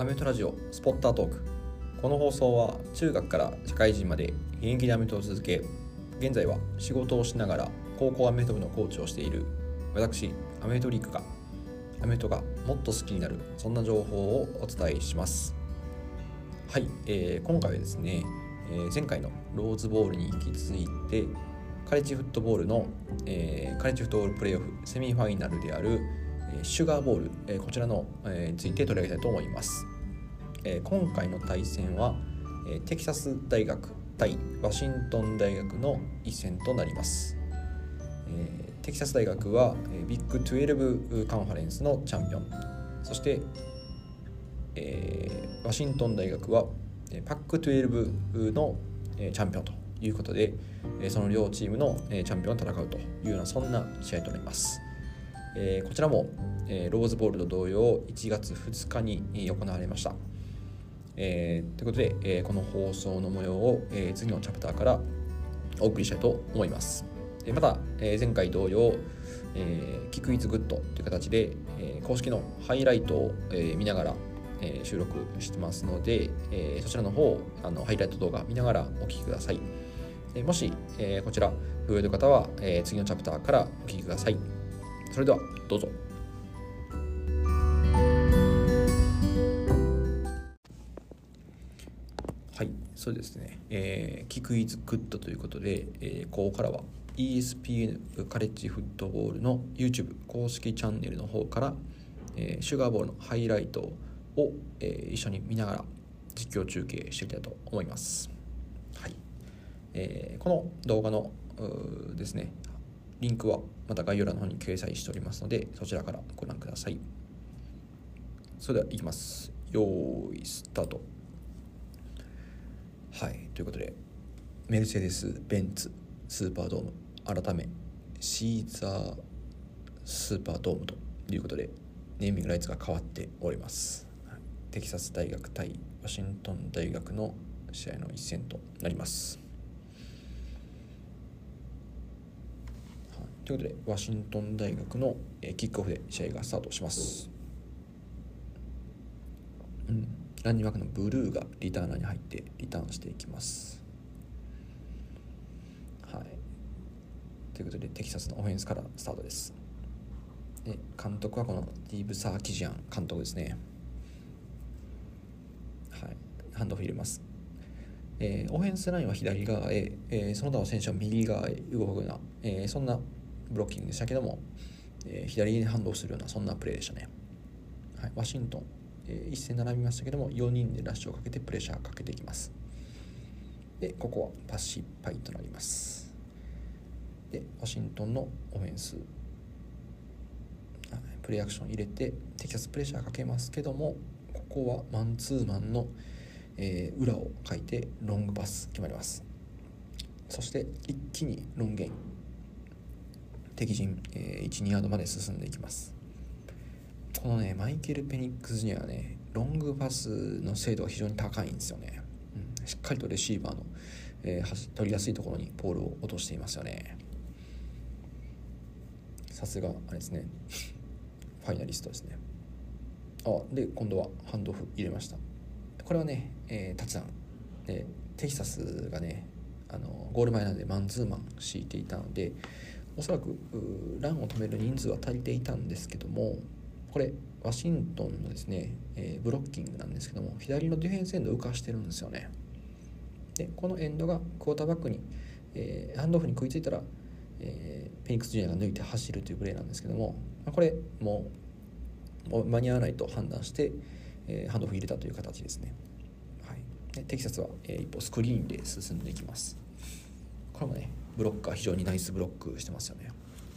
メフトラジオスポッタートーク。この放送は中学から社会人まで現役でアメフトを続け、現在は仕事をしながら高校アメフト部のコーチをしている私アメフトリークがアメフトがもっと好きになる、そんな情報をお伝えします。はい、今回はですね、前回のローズボールに引き続いてカレッジフットボールの、カレッジフットボールプレーオフセミファイナルであるシュガーボール、こちらの、について取り上げたいと思います。今回の対戦は、テキサス大学対ワシントン大学の一戦となります。テキサス大学はビッグ12カンファレンスのチャンピオン、そして、ワシントン大学はパック12のチャンピオンということで、その両チームのチャンピオンが戦うというようなそんな試合となります。こちらも、ローズボールと同様1月2日に行われました。ということで、この放送の模様を、次のチャプターからお送りしたいと思います。また、前回同様、キクイズグッドという形で、公式のハイライトを、見ながら、収録してますので、そちらの方ハイライト動画見ながらお聞きください。もし、こちら不要という方は、次のチャプターからお聞きください。それではどうぞ。はい、そうですね、キクイズグッドということで、ここからは ESPN カレッジフットボールの YouTube 公式チャンネルの方から、シュガーボールのハイライトを、一緒に見ながら実況中継していきたいと思います。はい、この動画のですねリンクはまた概要欄の方に掲載しておりますので、そちらからご覧ください。それではいきます。よーいスタート。はい、ということでメルセデス・ベンツスーパードーム改めシーザースーパードームということでネーミングライツが変わっております。テキサス大学対ワシントン大学の試合の一戦となります。ということでワシントン大学のキックオフで試合がスタートします。ランニングバックのブルーがリターナーに入ってリターンしていきます。はい、ということでテキサスのオフェンスからスタートです。で監督はこのディーブ・サーキジアン監督ですね。はい、ハンドオフ入れます。オフェンスラインは左側へ、その他の選手は右側へ動くような、そんなブロッキングでしたけども、左にハンドオフするようなそんなプレーでしたね。はい、ワシントン、一戦並びましたけども4人でラッシュをかけてプレッシャーかけていきます。でここはパス失敗となります。でワシントンのオフェンス、プレーアクション入れてテキサスプレッシャーかけますけども、ここはマンツーマンの、裏をかいてロングパス決まります。そして一気にロンゲン敵陣、1,2 ヤードまで進んでいきます。このねマイケル・ペニックスにはねロングパスの精度が非常に高いんですよね。しっかりとレシーバーの、取りやすいところにボールを落としていますよね。さすがあれですねファイナリストですね。で今度はハンドオフ入れました。これはね、タッチダウンでテキサスがねゴール前なのでマンツーマン敷いていたので、おそらくランを止める人数は足りていたんですけども、これワシントンのですね、ブロッキングなんですけども左のディフェンスエンドを浮かしてるんですよね。でこのエンドがクォーターバックに、ハンドオフに食いついたら、ペニックスジュニアが抜いて走るというプレーなんですけども、これもう間に合わないと判断して、ハンドオフ入れたという形ですね。はい、でテキサスは、一歩スクリーンで進んでいきます。これもねブロッカー非常にナイスブロックしてますよね。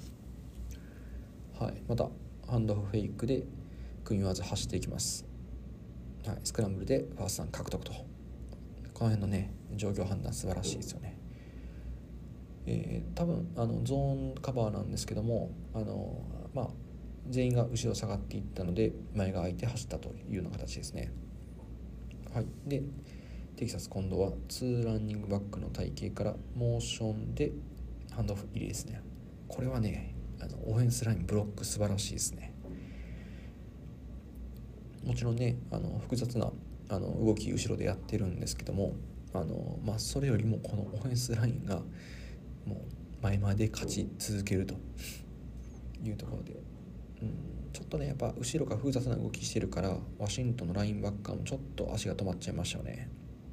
はい、またハンドオフフェイクで組み合わず走っていきます。はい、スクランブルでファーストダウン獲得と、この辺のね状況判断素晴らしいですよね。多分ゾーンカバーなんですけども全員が後ろ下がっていったので前が空いて走ったというような形ですね。はい、でテキサス今度は2ランニングバックの体系からモーションでハンドオフ入れですね。これはねオフェンスラインブロック素晴らしいですね。 もちろんね複雑な動き後ろでやってるんですけどもそれよりもこのオフェンスラインがもう前まで勝ち続けるというところで、ちょっとねやっぱ後ろが複雑な動きしてるからワシントンのラインバッカーもちょっと足が止まっちゃいましたよね。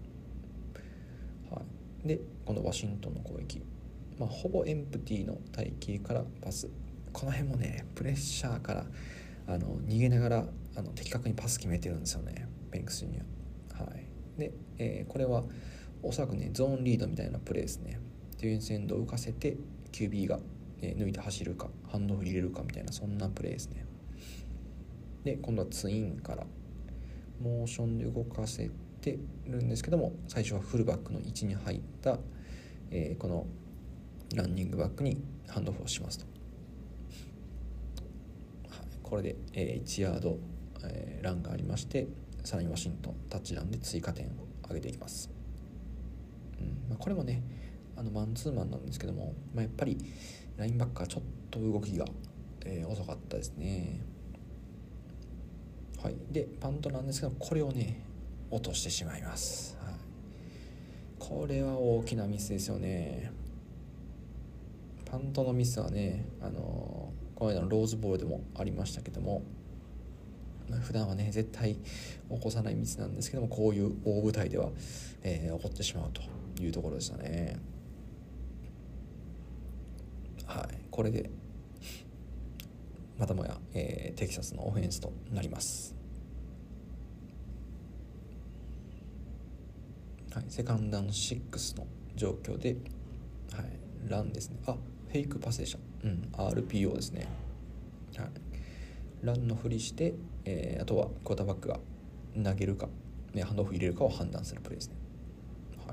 はい、で今度ワシントンの攻撃、ほぼエンプティの体系からパス、この辺もねプレッシャーから逃げながら的確にパス決めてるんですよね、ベンクスジュニア。はい、で、これはおそらくねゾーンリードみたいなプレーですね。ディフェンスエンドを浮かせて QB が、抜いて走るかハンドオフ入れるかみたいな、そんなプレーですね。で今度はツインからモーションで動かせてるんですけども、最初はフルバックの位置に入った、このランニングバックにハンドオフをしますと。これで、1ヤード、ランがありまして、さらにワシントンタッチランで追加点を挙げていきます。これもねマンツーマンなんですけども、やっぱりラインバッカーちょっと動きが、遅かったですね。はい、でパントなんですけど、これをね落としてしまいます。はい、これは大きなミスですよね。パントのミスはねこの間のローズボールでもありましたけども、普段はね絶対起こさないミスなんですけども、こういう大舞台では、起こってしまうというところでしたね。はい、これでまたもや、テキサスのオフェンスとなります。はい、セカンドダウン6の状況で、はい、ランですね。フェイクパスでした。RPO ですね。はい、ランのふりして、あとはクォーターバックが投げるか、ハンドオフ入れるかを判断するプレーですね。はい、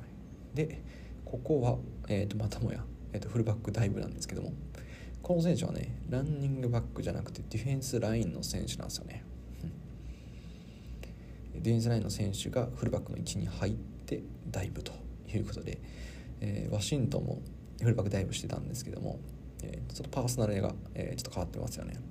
でここは、またもや、フルバックダイブなんですけども、この選手はねランニングバックじゃなくてディフェンスラインの選手なんですよね。ディフェンスラインの選手がフルバックの位置に入ってダイブということで、ワシントンもフルバックダイブしてたんですけども、ちょっとパーソナルが、ちょっと変わってますよね。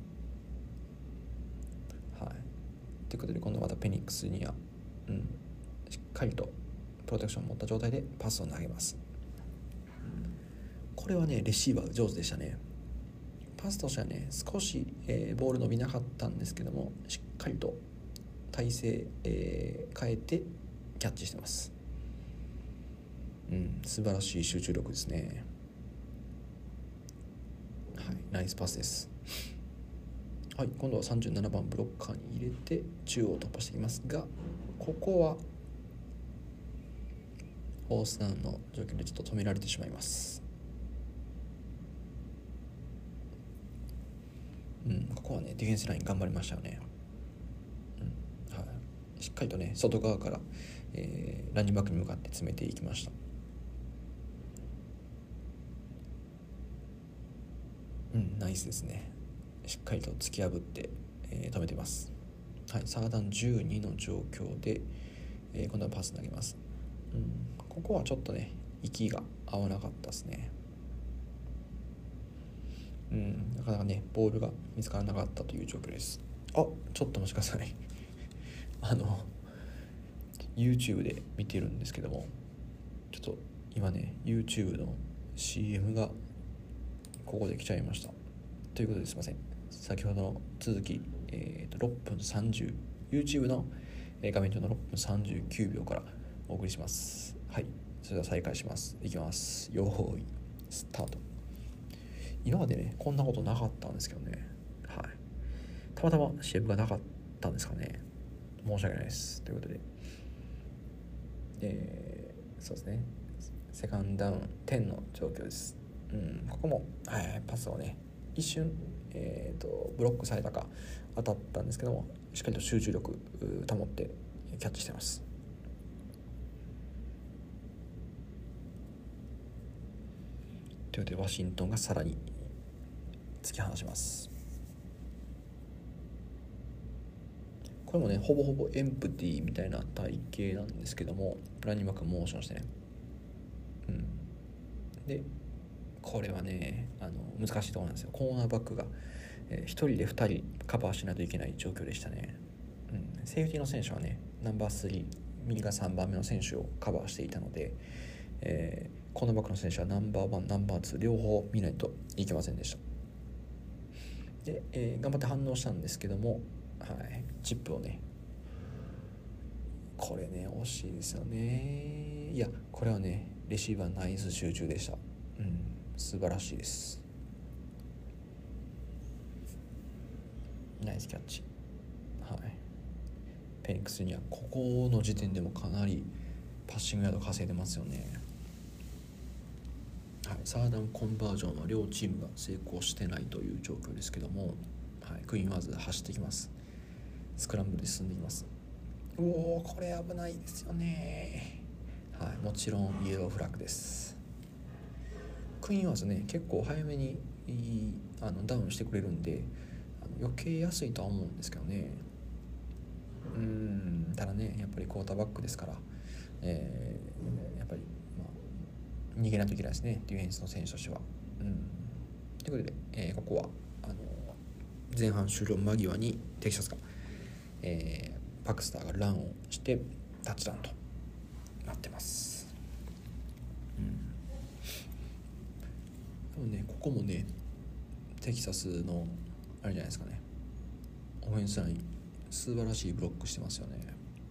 はい、ということで今度またペニックスには、しっかりとプロテクションを持った状態でパスを投げます。これはねレシーバー上手でしたね。パスとしてはね少し、ボール伸びなかったんですけども、しっかりと体勢、変えてキャッチしてます。素晴らしい集中力ですね。はい、ナイスパスです。はい、今度は37番ブロッカーに入れて中央を突破していきますが、ここはフォースダウンの状況でちょっと止められてしまいます。ここはねディフェンスライン頑張りましたよね。はい、しっかりとね外側から、ランニングバックに向かって詰めていきました。ナイスですね。しっかりと突き破って、止めてます。はい、サーダン12の状況で、今度はパス投げます。ここはちょっとね息が合わなかったですね。なかなかねボールが見つからなかったという状況です。ちょっと待ちくださいYouTube で見てるんですけども、ちょっと今ね YouTube の CM がここで来ちゃいました。ということですいません、先ほどの続き、6分30 YouTube の画面上の6分39秒からお送りします。はい、それでは再開します。いきます。よーいスタート。今までねこんなことなかったんですけどね、はい、たまたま CM がなかったんですかね。申し訳ないです。ということで、そうですね、セカンドダウン10の状況です。ここも、パスをね一瞬、ブロックされたか当たったんですけども、しっかりと集中力保ってキャッチしてます。ということでワシントンがさらに突き放します。これもねほぼほぼエンプティみたいな体型なんですけども、ランニングバックモーションしてね、でこれはね難しいところなんですよ。コーナーバックが、1人で2人カバーしないといけない状況でしたね。 セーフティーの選手はねナンバー3右が3番目の選手をカバーしていたので、コーナーバックの選手はナンバー1ナンバー2両方見ないといけませんでした。で、頑張って反応したんですけども、チップをね、これね惜しいですよね。いやこれはねレシーバーナイス集中でした。素晴らしいです。ナイスキャッチ。フェニックスにはここの時点でもかなりパッシングヤード稼いでますよね。サーダンコンバージョンは両チームが成功してないという状況ですけども、クイーンワーズ走ってきます。スクランブルで進んでいます。これ危ないですよね。もちろんイエローフラッグです。クイーンワーズね結構早めにダウンしてくれるんで余計安いとは思うんですけどね。ただねやっぱりクォーターバックですから、やっぱり、逃げないといけないですねディフェンスの選手としては。ということで、ここは前半終了間際にテキサスが、パクスターがランをしてタッチダウンとなってます。でもねここもねテキサスのあれじゃないですかね、オフェンスライン素晴らしいブロックしてますよね。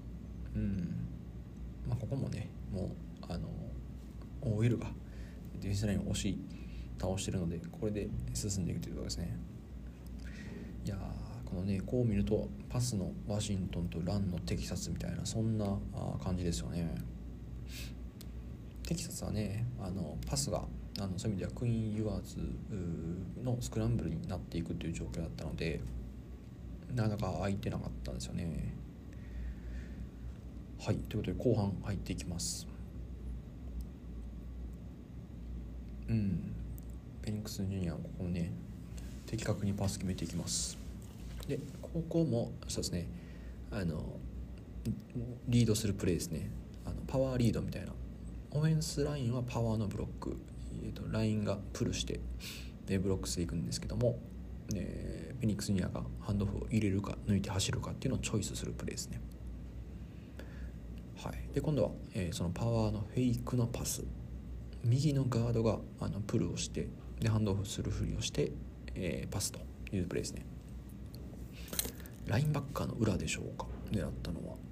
ここもねもうオイルがディフェンスラインを倒してるのでこれで進んでいくというところですね。いやこのねこう見るとパスのワシントンとランのテキサスみたいなそんな感じですよね。テキサスはねパスがそういう意味ではクイーン・ユアーズのスクランブルになっていくという状況だったのでなかなか空いてなかったんですよね。ということで後半入っていきます。フェニックスジュニアはここね的確にパス決めていきます。でここもそうですねリードするプレーですね。パワーリードみたいな、オフェンスラインはパワーのブロック、ラインがプルしてブロックしていくんですけども、フェニックスジュニアがハンドオフを入れるか抜いて走るかっていうのをチョイスするプレーですね。で今度は、そのパワーのフェイクのパス、右のガードがプルをしてでハンドオフするふりをして、パスというプレーですね。ラインバッカーの裏でしょうか狙ったのは。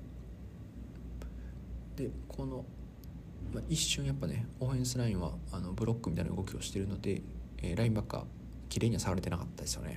でこの、一瞬やっぱねオフェンスラインはブロックみたいな動きをしているので、ラインバッカー綺麗には触れてなかったですよね。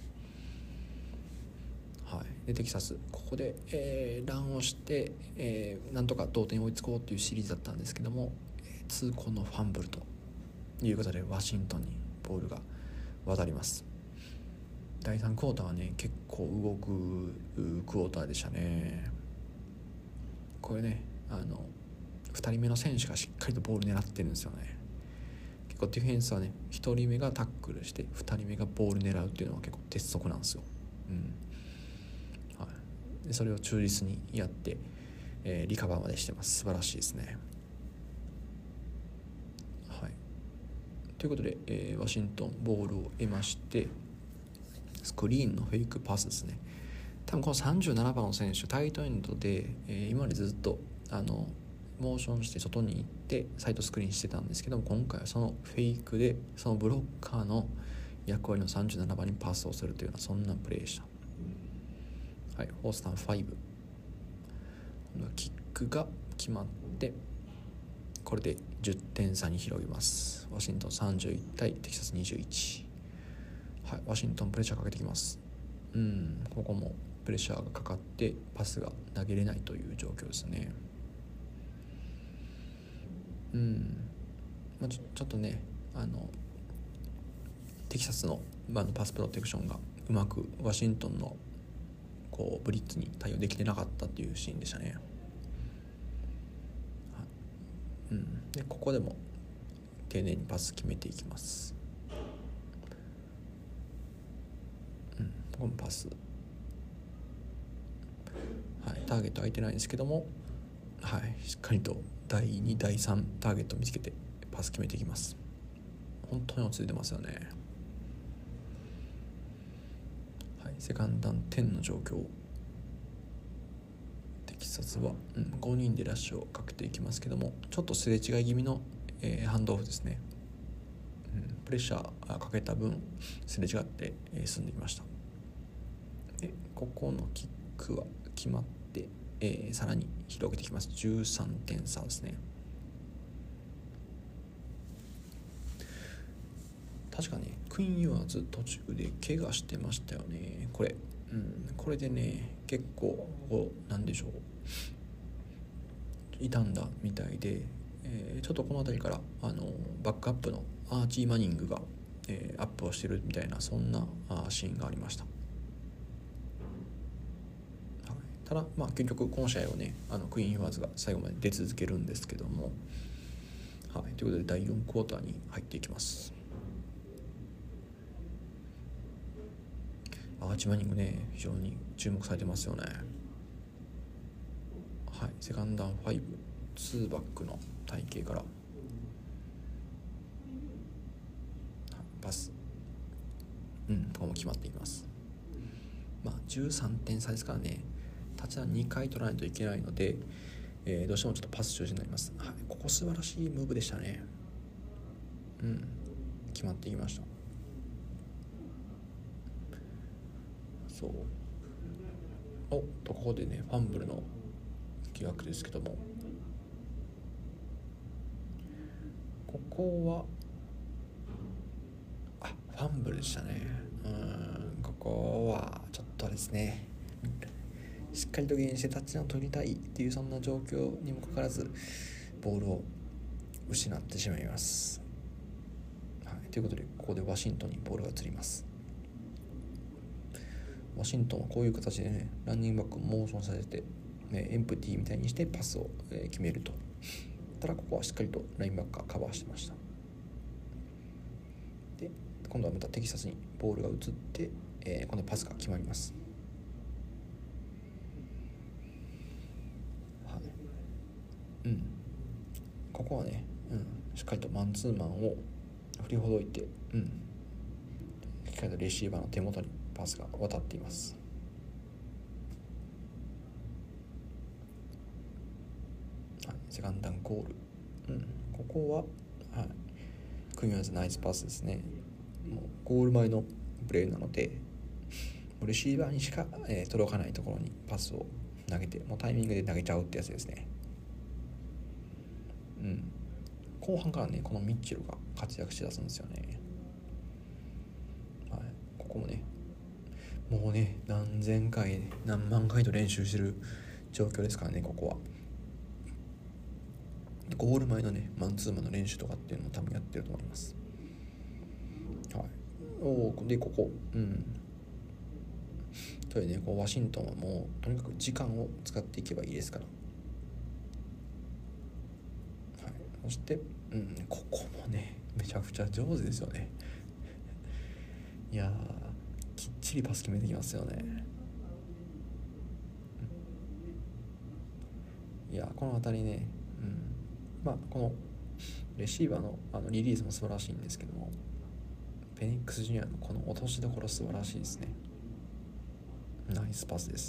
でテキサスここで、ランをして、なんとか同点に追いつこうというシリーズだったんですけども、痛恨のファンブルということでワシントンにボールが渡ります。第3クォーターはね結構動くクォーターでしたね。これね2人目の選手がしっかりとボール狙ってるんですよね。結構ディフェンスはね1人目がタックルして2人目がボール狙うっていうのは結構鉄則なんですよ。でそれを忠実にやって、リカバーまでしてます。素晴らしいですね。ということで、ワシントンボールを得ましてスクリーンのフェイクパスですね。多分この37番の選手タイトエンドで、今までずっとモーションして外に行ってサイドスクリーンしてたんですけども、今回はそのフェイクでそのブロッカーの役割の37番にパスをするというようなそんなプレーでした。フォースタン5、キックが決まってこれで10点差に広げます。ワシントン31対テキサス21。ワシントンプレッシャーかけてきます。ここもプレッシャーがかかってパスが投げれないという状況ですね。ちょっとねテキサスの、パスプロテクションがうまくワシントンのこうブリッツに対応できてなかったっていうシーンでしたね。でここでも丁寧にパス決めていきます。ここもパス、ターゲット空いてないんですけども、しっかりと第2第3ターゲットを見つけてパス決めていきます。本当に落ち着いてますよね。セカンドダウン10の状況。 殺は、5人でラッシュをかけていきますけども、ちょっとすれ違い気味の、ハンドオフですね。プレッシャーかけた分すれ違って、進んできました。でここのキックは決まって、さらに広げてきます。13点差ですね。確かねクイーン・ユアーズ途中で怪我してましたよね。これでね結構なんでしょう傷んだみたいで、ちょっとこの辺りからバックアップのアーチー・マニングが、アップをしてるみたいなそんなシーンがありました。ただ結局この試合をねクイーン・ユアーズが最後まで出続けるんですけども、ということで第4クォーターに入っていきます。アーチマニングね非常に注目されてますよね。セカンドダウン5、2バックの体型からパスここも決まっています。13点差ですからね、タッチダウン2回取らないといけないので、どうしてもちょっとパス中止になります。ここ素晴らしいムーブでしたね。決まっていきました。ここでねファンブルの疑惑ですけども、ここはファンブルでしたね。ここはちょっとですね、しっかりとゲインしてタッチダウンを取りたいっていうそんな状況にもかかわらずボールを失ってしまいます。ということでここでワシントンにボールが移ります。ワシントンはこういう形でねランニングバックをモーションさせて、エンプティみたいにしてパスを、決めると。ただここはしっかりとラインバックがカバーしてました。で今度はまたテキサスにボールが移って、今度はパスが決まります。ここはね、しっかりとマンツーマンを振りほどいて、しっかりとレシーバーの手元にパスが渡っています。セカンドダウンゴール、ここは、クイーン・ユアーズナイスパスですね。もうゴール前のプレーなのでレシーバーにしか、届かないところにパスを投げてもうタイミングで投げちゃうってやつですね。後半からねこのミッチェルが活躍しだすんですよね。ここもねもうね何千回何万回と練習してる状況ですからね。ここはゴール前のねマンツーマンの練習とかっていうのも多分やってると思います。でここというねワシントンはもうとにかく時間を使っていけばいいですから。そして、ここもねめちゃくちゃ上手ですよね。いやきっちりパス決めてきますよね。いやこの辺りね、このレシーバーのリリースも素晴らしいんですけども、フェニックスジュニアのこの落としどころ素晴らしいですね。ナイスパスです。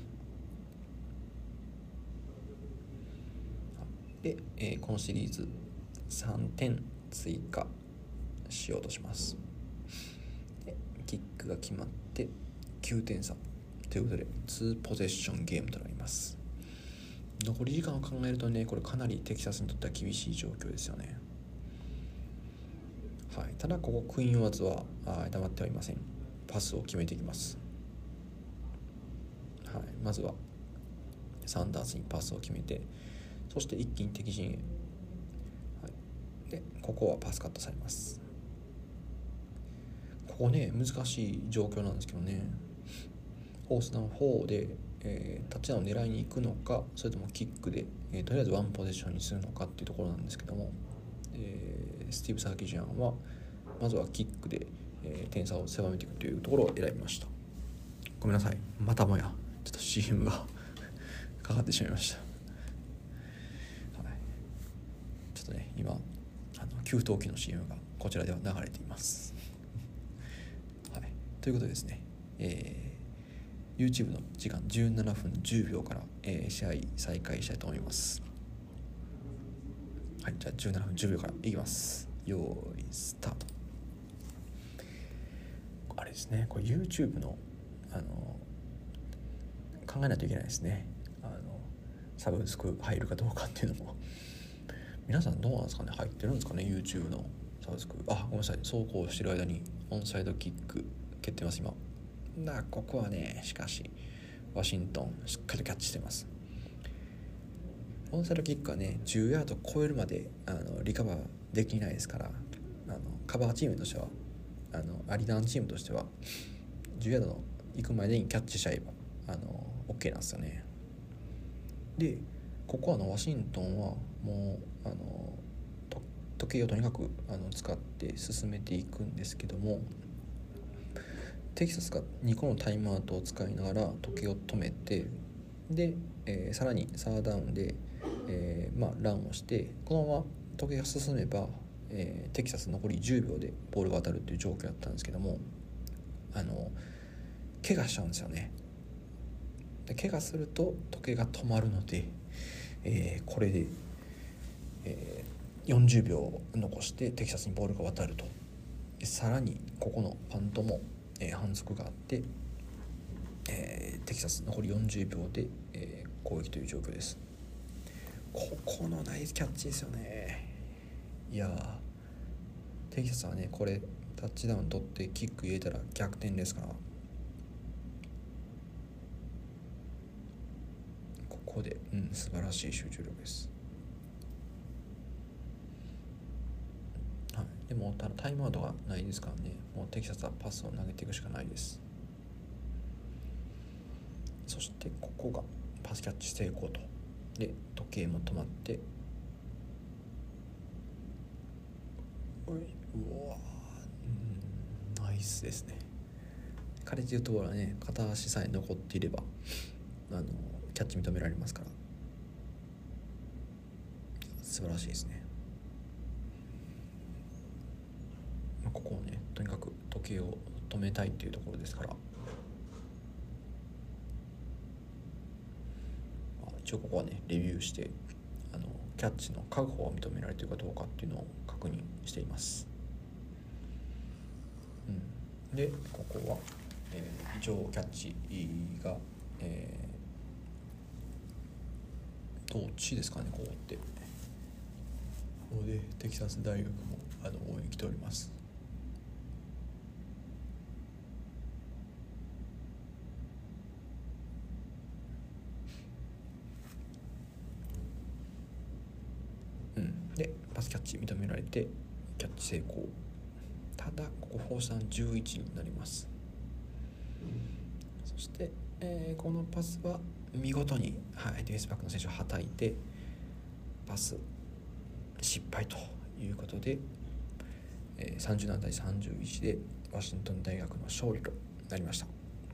で、このシリーズ3点追加しようとします。でキックが決まって9点差ということで2ポゼッションゲームとなります。残り時間を考えるとねこれかなりテキサスにとっては厳しい状況ですよね。ただここクイーン・ユアーズは黙ってはいません。パスを決めていきます。まずはサンダースにパスを決めて、そして一気に敵陣へ、でここはパスカットされます。ここね難しい状況なんですけどね、フォースダウン4で、タッチダウンを狙いに行くのかそれともキックで、とりあえずワンポゼッションにするのかっていうところなんですけども、スティーブ・サーキジアンはまずはキックで、点差を狭めていくというところを選びました。ごめんなさい、またもやちょっと CM がかかってしまいました。ちょっとね今給湯器の CM がこちらでは流れています。ということでですね、 YouTube の時間17分10秒から、試合再開したいと思います。はい、じゃあ17分10秒からいきます。用意スタート。あれですね、これ YouTube の考えないといけないですね。サブスク入るかどうかっていうのも皆さんどうなんですかね。入ってるんですかね、 YouTube のサブスク。ごめんなさい、走行してる間にオンサイドキック蹴ってます今。ここはね、しかしワシントンしっかりキャッチしてます。オンサイドキックはね、10ヤード超えるまでリカバーできないですから、カバーチームとしてはリターンチームとしては10ヤードの行く前にキャッチしちゃえばOK なんですよね。でここワシントンはもう時計をとにかく使って進めていくんですけども、テキサスが2個のタイムアウトを使いながら時計を止めて、で、さらにサーダウンで、ランをして、このまま時計が進めば、テキサス残り10秒でボールが当たるっていう状況だったんですけども、怪我しちゃうんですよね。で怪我すると時計が止まるので、これで、40秒残してテキサスにボールが渡ると。でさらにここのパントも、反則があって、テキサス残り40秒で、攻撃という状況です。ここのナイスキャッチですよね。いやテキサスはね、これタッチダウン取ってキック入れたら逆転ですから、ここで、素晴らしい集中力です。はい、でもただタイムアウトがないですからね、もうテキサスはパスを投げていくしかないです。そしてここがパスキャッチ成功と。で時計も止まって、ナイスですね。カレッジフットボールはね、片足さえ残っていればキャッチ認められますから、素晴らしいですね。ここをね、とにかく時計を止めたいっていうところですから、一応ここはねレビューしてキャッチの確保を認められているかどうかっていうのを確認しています。でここは、一応キャッチが、どっちですかね。ここってここでテキサス大学も応援に来ております。でパスキャッチ認められてキャッチ成功。ただここフォースダウン11になります。そして、このパスは見事に、ディフェンスバックの選手をはたいてパス失敗ということで、37対31でワシントン大学の勝利となりました。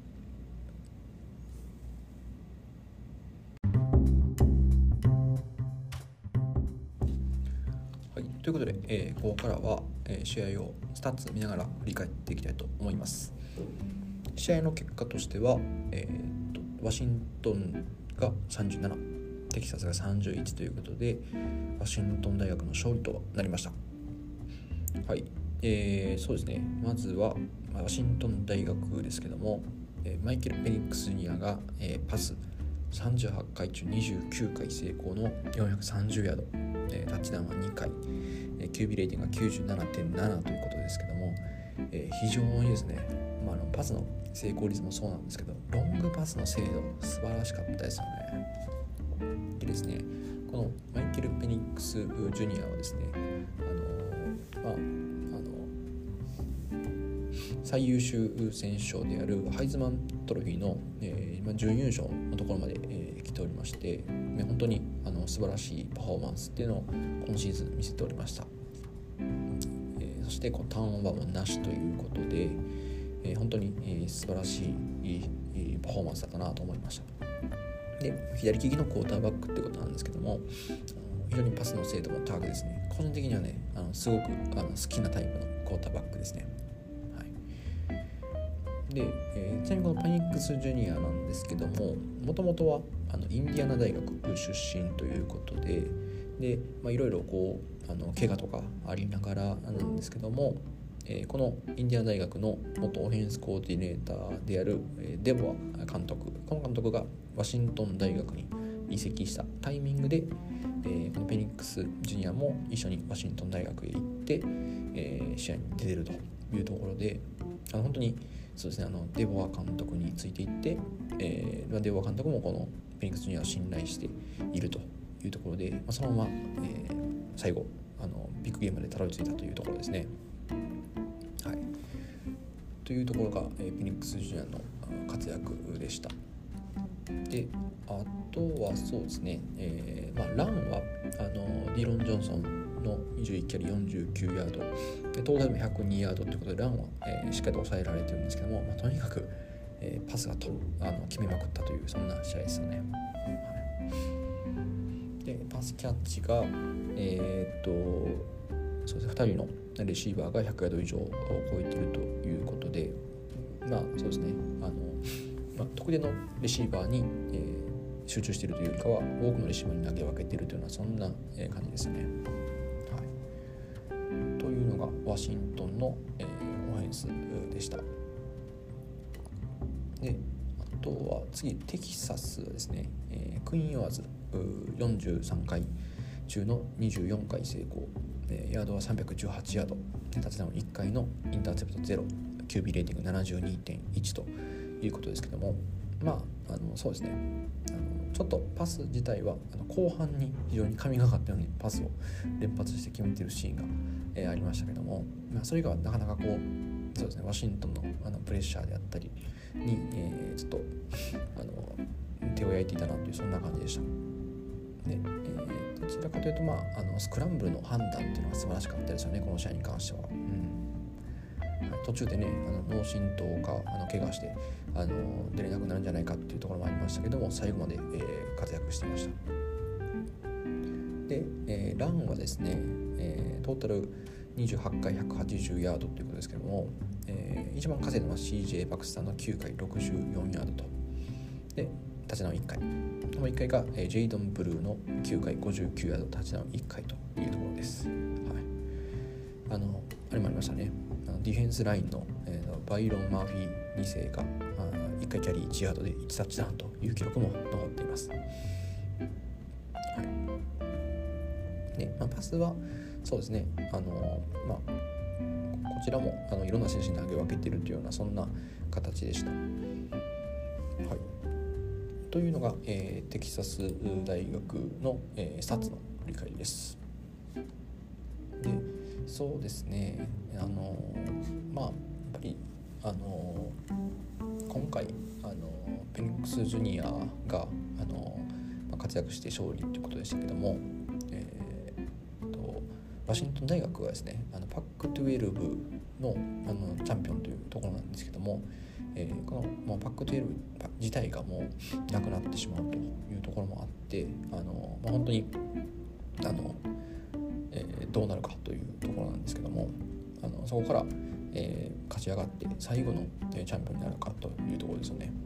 ということで、ここからは、試合をスタッツ見ながら振り返っていきたいと思います。試合の結果としては、ワシントンが37、テキサスが31ということで、ワシントン大学の勝利となりました。はい、そうですね。まずはワシントン大学ですけども、マイケル・ペニックス・ジュニアが、パス38回中29回成功の430ヤード、タッチダウンは2回、QB レーティングが 97.7 ということですけども、非常にですね、パスの成功率もそうなんですけど、ロングパスの精度素晴らしかったですよね。でですね、このマイケル・ペニックス・ジュニアはですね、最優秀選手賞であるハイズマントロフィーの、準優勝のところまで、来ておりまして、本当に素晴らしいパフォーマンスっていうのを今シーズン見せておりました。そしてターンオーバーもなしということで、本当に、素晴らしいパフォーマンスだったなと思いました。で左利きのクォーターバックってことなんですけども、非常にパスの精度も高くですね、個人的にはねすごく好きなタイプのクォーターバックですね。 で、ちなみにこのパニックスジュニアなんですけども、もともとはインディアナ大学出身ということで、いろいろこう怪我とかありながらなんですけども、このインディアナ大学の元オフェンスコーディネーターであるデボア監督、この監督がワシントン大学に移籍したタイミングで、このペニックスジュニアも一緒にワシントン大学へ行って、試合に出てるというところで、本当にそうですね、デボア監督についていって、デボア監督もこのペニックスジュニアを信頼しているというところで、そのまま、最後ビッグゲームでたどり着いたというところですね。はい、というところが、ペニックスジュニアの活躍でした。で、あとはそうですね、ランはディロン・ジョンソンの21キャリ49ヤードで、トータルも102ヤードということで、ランは、しっかりと抑えられてるんですけども、とにかく、パスが決めまくったという、そんな試合ですよね。はい、でパスキャッチがそうですね、2人のレシーバーが100ヤード以上を超えているということで、そうですね、特定のレシーバーに、集中しているというよりかは、多くのレシーバーに投げ分けているというような、そんな感じですね。はい、というのがワシントンの、オフェンスでした。で、あとは次テキサスですね、クイーン・ヨアーズ43回中の24回成功、ヤードは318ヤード、タッチダウン1回のインターセプト0、QB レーティング 72.1 ということですけども、そうですね、ちょっとパス自体は後半に非常に神がかったようにパスを連発して決めているシーンが、ありましたけども、それがなかなかこう、そうですね、ワシントンのプレッシャーであったりに、ちょっと手を焼いていたなという、そんな感じでした。で、どちらかというと、スクランブルの判断っていうのが素晴らしかったですよね、この試合に関しては。途中でね、脳震盪か怪我して出れなくなるんじゃないかっていうところもありましたけども、最後まで、活躍していました。で、ランはですね、トータル28回180ヤードということですけども、一番稼いだのは CJ パクスターの9回64ヤードと、でタッチダウン1回、もう1回が、ジェイドン・ブルーの9回59ヤード、タッチダウン1回というところです。はい、あれもありましたね、ディフェンスラインの、バイロン・マーフィー2世が1回キャリー1ヤードで1タッチダウンという記録も残っています。はい、で、パスはそうですね、こちらもいろんな選手に投げ分けているというような、そんな形でした。はい、というのが、テキサス大学の、スタッツの振り返りです。で、そうですね、やっぱり今回ペニックスジュニアが活躍して勝利ということでしたけども、ワシントン大学はですね、パック12のチャンピオンというところなんですけども、このパック12自体がもうなくなってしまうというところもあって、本当にどうなるかというところなんですけども、そこから、勝ち上がって最後の、チャンピオンになるかというところですよね。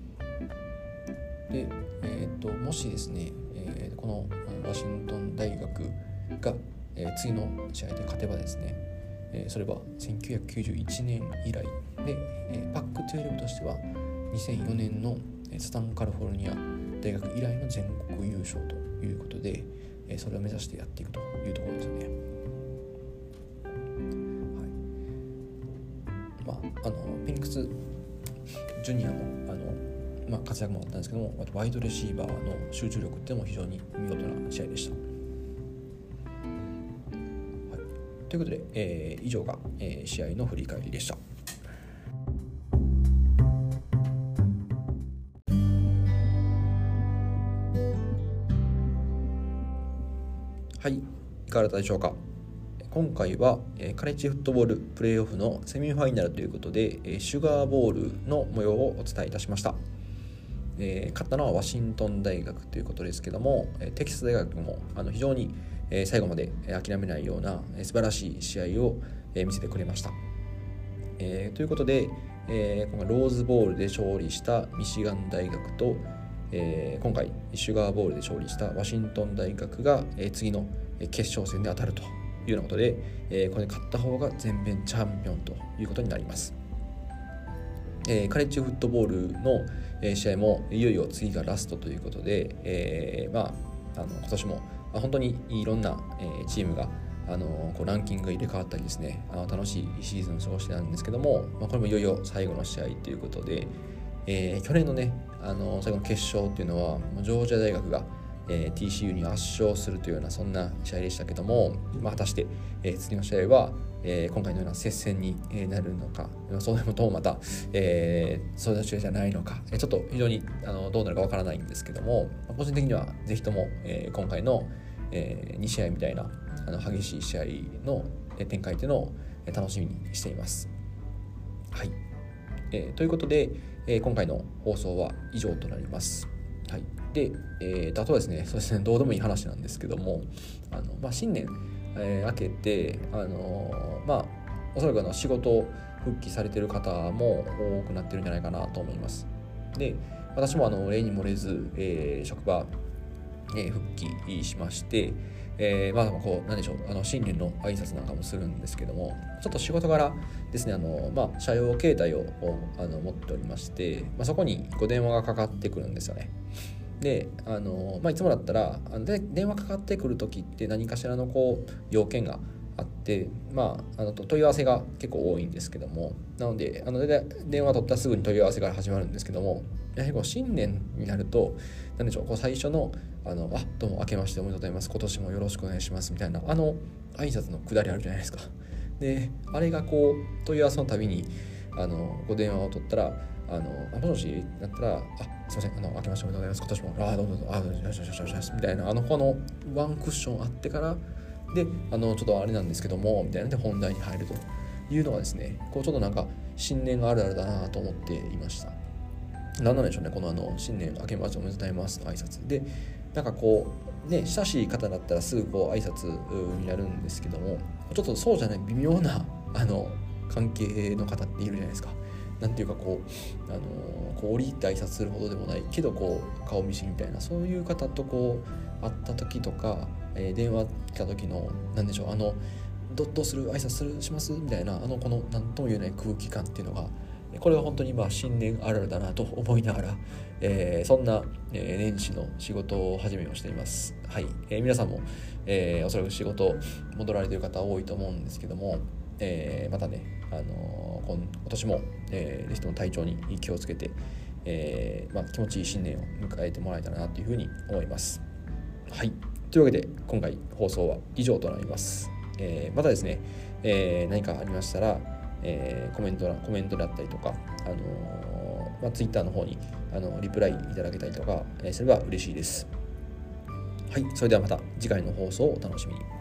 で、もしですね、このワシントン大学が、次の試合で勝てばですね、それは1991年以来で、パック12としては2004年のスタンカリフォルニア大学以来の全国優勝ということで、それを目指してやっていくというところですよね。はい、ペニックスジュニアの活躍もあったんですけども、ワイドレシーバーの集中力っていうのも非常に見事な試合でした。ということで、以上が、試合の振り返りでした。はい、いかがだったでしょうか。今回は、カレッジフットボールプレーオフのセミファイナルということで、シュガーボールの模様をお伝えいたしました。勝ったのはワシントン大学ということですけども、テキサス大学も非常に最後まで諦めないような素晴らしい試合を見せてくれました。ということで、 今回ローズボールで勝利したミシガン大学と、今回シュガーボールで勝利したワシントン大学が、次の決勝戦で当たるというようなことで、これで勝った方が全米チャンピオンということになります。カレッジフットボールの試合もいよいよ次がラストということで、今年も本当にいろんなチームがこうランキングが入れ替わったりですね、楽しいシーズンを過ごしてたんですけども、これもいよいよ最後の試合ということで、去年のね最後の決勝っていうのはジョージア大学が、TCU に圧勝するというようなそんな試合でしたけども、果たして、次の試合は、今回のような接戦になるのか、そうでもともまた、そういう試合じゃないのか、ちょっと非常にどうなるかわからないんですけども、個人的にはぜひとも、今回の、2試合みたいな激しい試合の展開というのを楽しみにしています。はい、ということで、今回の放送は以上となります。はい、で、あとはですね、そうですね、どうでもいい話なんですけども、新年、明けて、おそらく仕事復帰されている方も多くなってるんじゃないかなと思います。で、私も例に漏れず、職場、復帰しまして、こう何でしょう、新年の挨拶なんかもするんですけども、ちょっと仕事柄ですね、社用携帯を持っておりまして、そこに電話がかかってくるんですよね。でいつもだったら電話かかってくる時って何かしらの要件があって、問い合わせが結構多いんですけども、なので電話取ったらすぐに問い合わせから始まるんですけども、やはり新年になると何でしょう、最初のどうも明けましておめでとうございます、今年もよろしくお願いしますみたいな挨拶のくだりあるじゃないですか。であれが問い合わせのたびに電話を取ったらもしもしだったらすいません明けましておめでとうございます、今年もどうぞよしよしよしよしみたいなこのワンクッションあってからでちょっとあれなんですけどもみたいなで本題に入るというのがですね、ちょっとなんか新年あるあるだなと思っていました。何なんでしょうね、この新年明けましておめでとうございますの挨拶で、なんか親しい方だったらすぐ挨拶になるんですけども、ちょっとそうじゃない微妙な関係の方っているじゃないですか。なんていうか降り入って挨拶するほどでもないけど顔見知りみたいな、そういう方と会った時とか、電話来た時のなんでしょう、どうする挨拶しますみたいなこの何とも言えない空気感っていうのが、これは本当に新年あるあるだなと思いながら、そんな、年始の仕事始めをしています。はい、皆さんも、おそらく仕事戻られている方多いと思うんですけども、またね、今年も、ぜひとも体調に気をつけて、気持ちいい新年を迎えてもらえたらなというふうに思います。はい、というわけで今回放送は以上となります。またですね、何かありましたら、コメントだったりとか、Twitter の方にリプライいただけたりとか、すれば嬉しいです。はい、それではまた次回の放送をお楽しみに。